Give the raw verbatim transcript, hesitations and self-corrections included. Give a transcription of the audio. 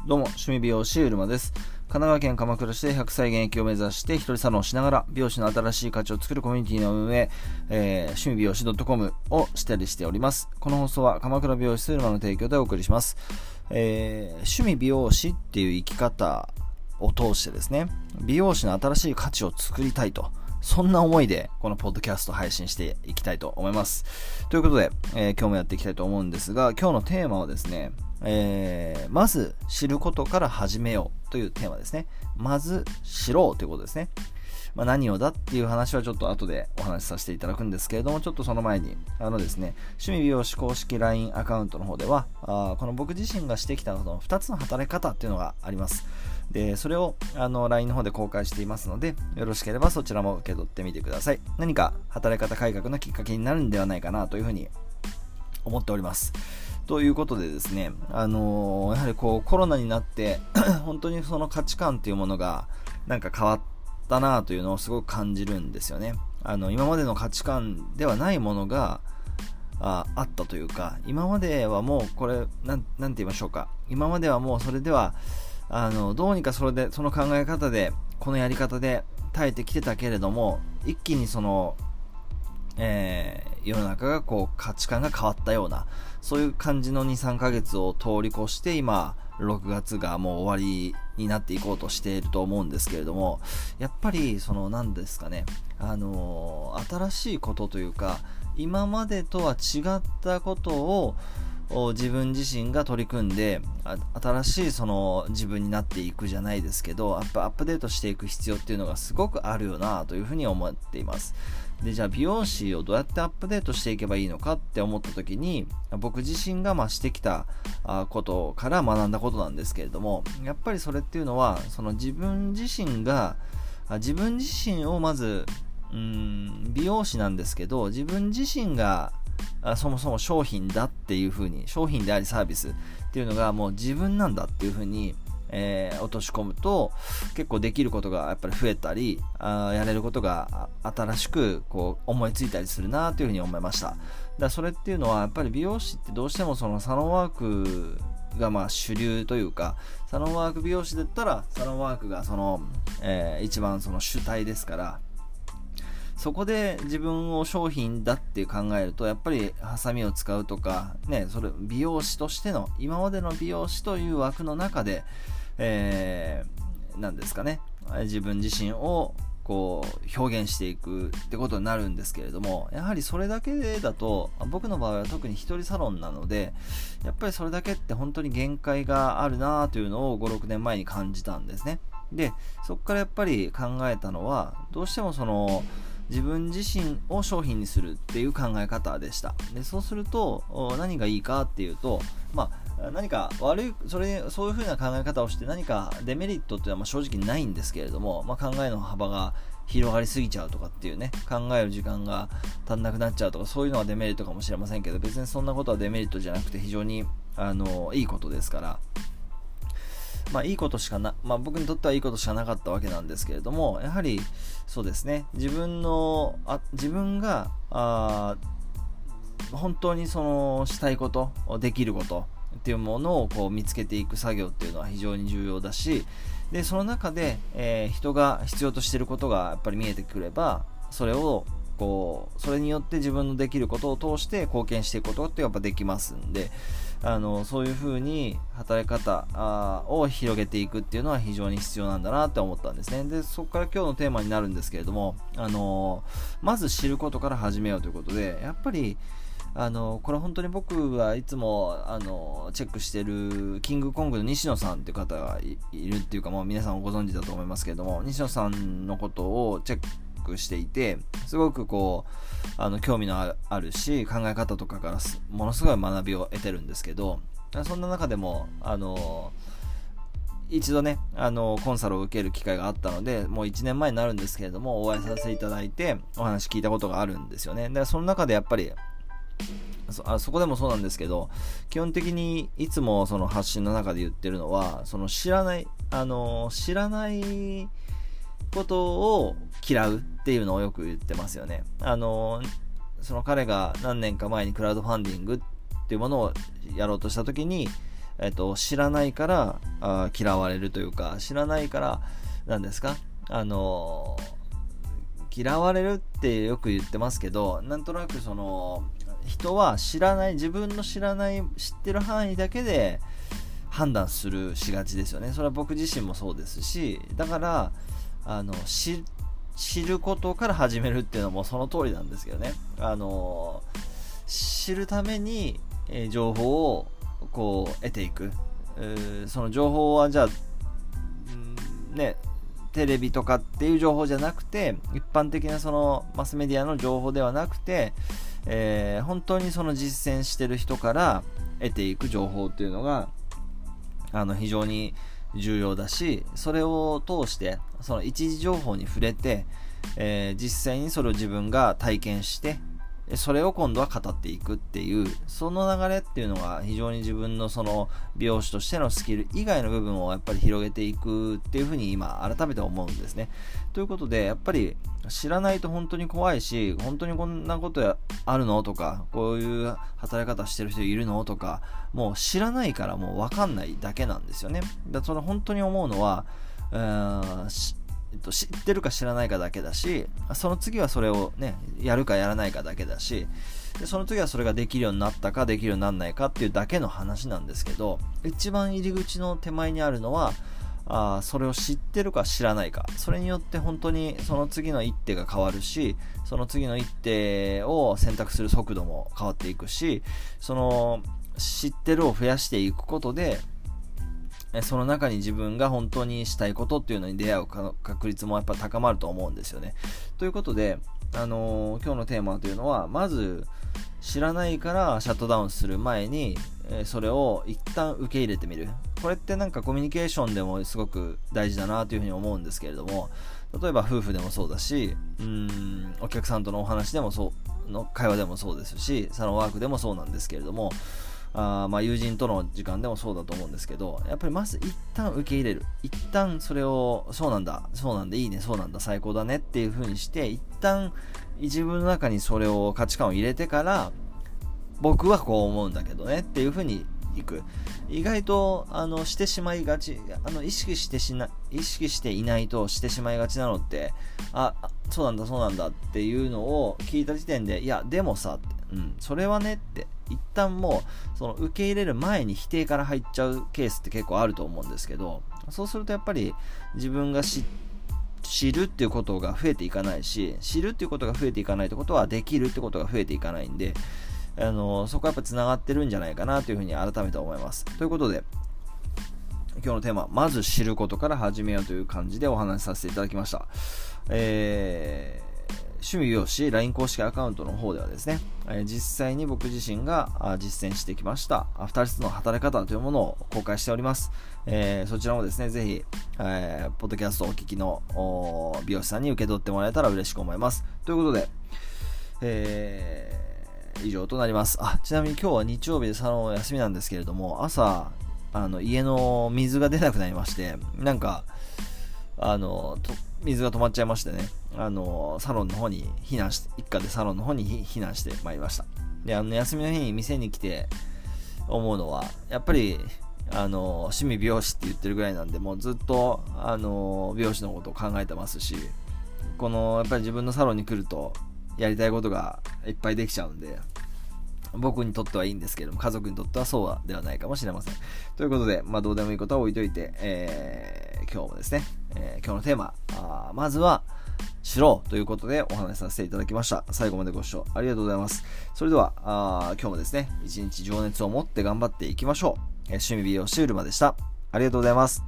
どうも、趣味美容師うるまです。神奈川県鎌倉市でひゃくさい現役を目指して一人サロンをしながら美容師の新しい価値を作るコミュニティの運営、えー、趣味美容師 .com をしたりしております。この放送は鎌倉美容師うるまの提供でお送りします。えー、趣味美容師っていう生き方を通してですね、美容師の新しい価値を作りたいと、そんな思いでこのポッドキャストを配信していきたいと思います。ということで、えー、今日もやっていきたいと思うんですが、今日のテーマはですね、えー、まず知ることから始めようというテーマですね。まず知ろうということですね。まあ、何をだっていう話はちょっと後でお話しさせていただくんですけれども、ちょっとその前にあのですね、趣味美容師公式 ライン アカウントの方ではあこの僕自身がしてきたそのふたつの働き方っていうのがあります。でそれをあの ライン の方で公開していますので、よろしければそちらも受け取ってみてください。何か働き方改革のきっかけになるんではないかなというふうに思っております。ということでですね、あのー、やはりこうコロナになって本当にその価値観っていうものがなんか変わったなというのをすごく感じるんですよね。あの今までの価値観ではないものが あ, あったというか、今まではもうこれなん、なんて言いましょうか、今まではもうそれではあのどうにかそれでその考え方でこのやり方で耐えてきてたけれども、一気にそのえー、世の中がこう価値観が変わったような、そういう感じの にさんかげつを通り越して今ろくがつがもう終わりになっていこうとしていると思うんですけれども、やっぱりその何ですかね、あのー、新しいことというか今までとは違ったことを自分自身が取り組んで新しいその自分になっていくじゃないですけど、やっぱアップデートしていく必要っていうのがすごくあるよなというふうに思っています。でじゃあ美容師をどうやってアップデートしていけばいいのかって思った時に、僕自身がまあしてきたことから学んだことなんですけれども、やっぱりそれっていうのはその自分自身が自分自身をまずうーん美容師なんですけど、自分自身がそもそも商品だっていう風に、商品でありサービスっていうのがもう自分なんだっていう風に、えー、落とし込むと結構できることがやっぱり増えたり、あやれることが新しくこう思いついたりするなという風に思いました。だからそれっていうのはやっぱり美容師ってどうしてもそのサロンワークがまあ主流というか、サロンワーク美容師だったらサロンワークがその、えー、一番その主体ですから、そこで自分を商品だって考えると、やっぱりハサミを使うとかね、それ美容師としての今までの美容師という枠の中で、えー、なんですかね、自分自身をこう表現していくってことになるんですけれども、やはりそれだけだと、僕の場合は特に一人サロンなので、やっぱりそれだけって本当に限界があるなというのをごろくねんまえに感じたんですね。でそこからやっぱり考えたのは、どうしてもその自分自身を商品にするっていう考え方でした。でそうすると何がいいかっていうと、まあ、何か悪いそれそういう風な考え方をして何かデメリットっていうのはまあ正直ないんですけれども、まあ、考えの幅が広がりすぎちゃうとかっていうね、考える時間が足んなくなっちゃうとか、そういうのはデメリットかもしれませんけど、別にそんなことはデメリットじゃなくて非常にあのいいことですから、まあいいことしかな、まあ僕にとってはいいことしかなかったわけなんですけれども、やはりそうですね、自分の、あ自分があ本当にそのしたいこと、できることっていうものをこう見つけていく作業っていうのは非常に重要だし、でその中で、えー、人が必要としていることがやっぱり見えてくれば、それをこうそれによって自分のできることを通して貢献していくことってやっぱできますんで、あのそういう風に働き方あを広げていくっていうのは非常に必要なんだなって思ったんですね。でそこから今日のテーマになるんですけれども、あのまず知ることから始めようということで、やっぱりあのこれ本当に僕はいつもあのチェックしてるキングコングの西野さんっていう方が い, いるっていうか、もう皆さんご存知だと思いますけれども、西野さんのことをチェックしていて、すごくこうあの興味のあるし、考え方とかからものすごい学びを得てるんですけど、そんな中でもあの一度ねあのコンサルを受ける機会があったので、もういちねんまえになるんですけれども、お会いさせていただいてお話聞いたことがあるんですよね。でその中でやっぱり そ, あそこでもそうなんですけど、基本的にいつもその発信の中で言ってるのは、その知らないあの知らないことを嫌うっていうのをよく言ってますよね。あのその彼が何年か前にクラウドファンディングっていうものをやろうとした時に、 えっと、知らないからあ嫌われるというか、知らないから何ですか、あの嫌われるってよく言ってますけど、なんとなくその人は知らない、自分の知らない知ってる範囲だけで判断するしがちですよね。それは僕自身もそうですし、だからあの知知ることから始めるっていうのもその通りなんですけどね。あの知るために、えー、情報をこう得ていく、えー、その情報はじゃあ、うん、ねテレビとかっていう情報じゃなくて、一般的なそのマスメディアの情報ではなくて、えー、本当にその実践してる人から得ていく情報っていうのがあの非常に重要だし、それを通してその一時情報に触れて、えー、実際にそれを自分が体験してそれを今度は語っていくっていう、その流れっていうのが非常に自分のその美容師としてのスキル以外の部分をやっぱり広げていくっていうふうに今改めて思うんですね。ということでやっぱり知らないと本当に怖いし、本当にこんなことあるのとか、こういう働き方してる人いるのとか、もう知らないからもう分かんないだけなんですよね。だからそれ本当に思うのは、うーんえっと、知ってるか知らないかだけだし、その次はそれをねやるかやらないかだけだし、でその次はそれができるようになったかできるようにならないかっていうだけの話なんですけど、一番入り口の手前にあるのはあそれを知ってるか知らないか、それによって本当にその次の一手が変わるし、その次の一手を選択する速度も変わっていくし、その知ってるを増やしていくことでその中に自分が本当にしたいことっていうのに出会う確率もやっぱ高まると思うんですよね。ということで、あのー、今日のテーマというのは、まず知らないからシャットダウンする前に、えー、それを一旦受け入れてみる。これってなんかコミュニケーションでもすごく大事だなというふうに思うんですけれども、例えば夫婦でもそうだし、うーんお客さんとのお話でもそうの会話でもそうですし、サロンワークでもそうなんですけれども、あまあ友人との時間でもそうだと思うんですけど、やっぱりまず一旦受け入れる、一旦それをそうなんだそうなんだいいねそうなんだ最高だねっていう風にして、一旦自分の中にそれを価値観を入れてから、僕はこう思うんだけどねっていう風にいく。意外とあのしてしまいがち、あの意識してしな意識していないとしてしまいがちなのって、あそうなんだそうなんだっていうのを聞いた時点で、いやでもさって、うん、それはねって一旦もうその受け入れる前に否定から入っちゃうケースって結構あると思うんですけど、そうするとやっぱり自分が知知るっていうことが増えていかないし、知るっていうことが増えていかないってことはできるってことが増えていかないんで、あのそこはやっぱつながってるんじゃないかなというふうに改めて思います。ということで今日のテーマ、まず知ることから始めようという感じでお話しさせていただきました。えー趣味美容師 ライン 公式アカウントの方ではですね、えー、実際に僕自身が実践してきましたふたつの働き方というものを公開しております。えー、そちらもですね、ぜひ、えー、ポッドキャストをお聞きの美容師さんに受け取ってもらえたら嬉しく思います。ということで、えー、以上となります。あ、ちなみに今日は日曜日でサロン休みなんですけれども、朝あの家の水が出なくなりまして、なんかあのと水が止まっちゃいましてね、あのサロンの方に避難して一家でサロンの方に避難してまいりました。で、あの休みの日に店に来て思うのは、やっぱりあの趣味美容師って言ってるぐらいなんで、もうずっとあの美容師のことを考えてますし、このやっぱり自分のサロンに来るとやりたいことがいっぱいできちゃうんで、僕にとってはいいんですけども、家族にとってはそうではないかもしれません。ということで、まあどうでもいいことは置いといて、えー、今日もですね、えー、今日のテーマ、あまずは知ろうということでお話しさせていただきました。最後までご視聴ありがとうございます。それではあ今日もですね、一日情熱を持って頑張っていきましょう。えー、趣味美容師うるまでした。ありがとうございます。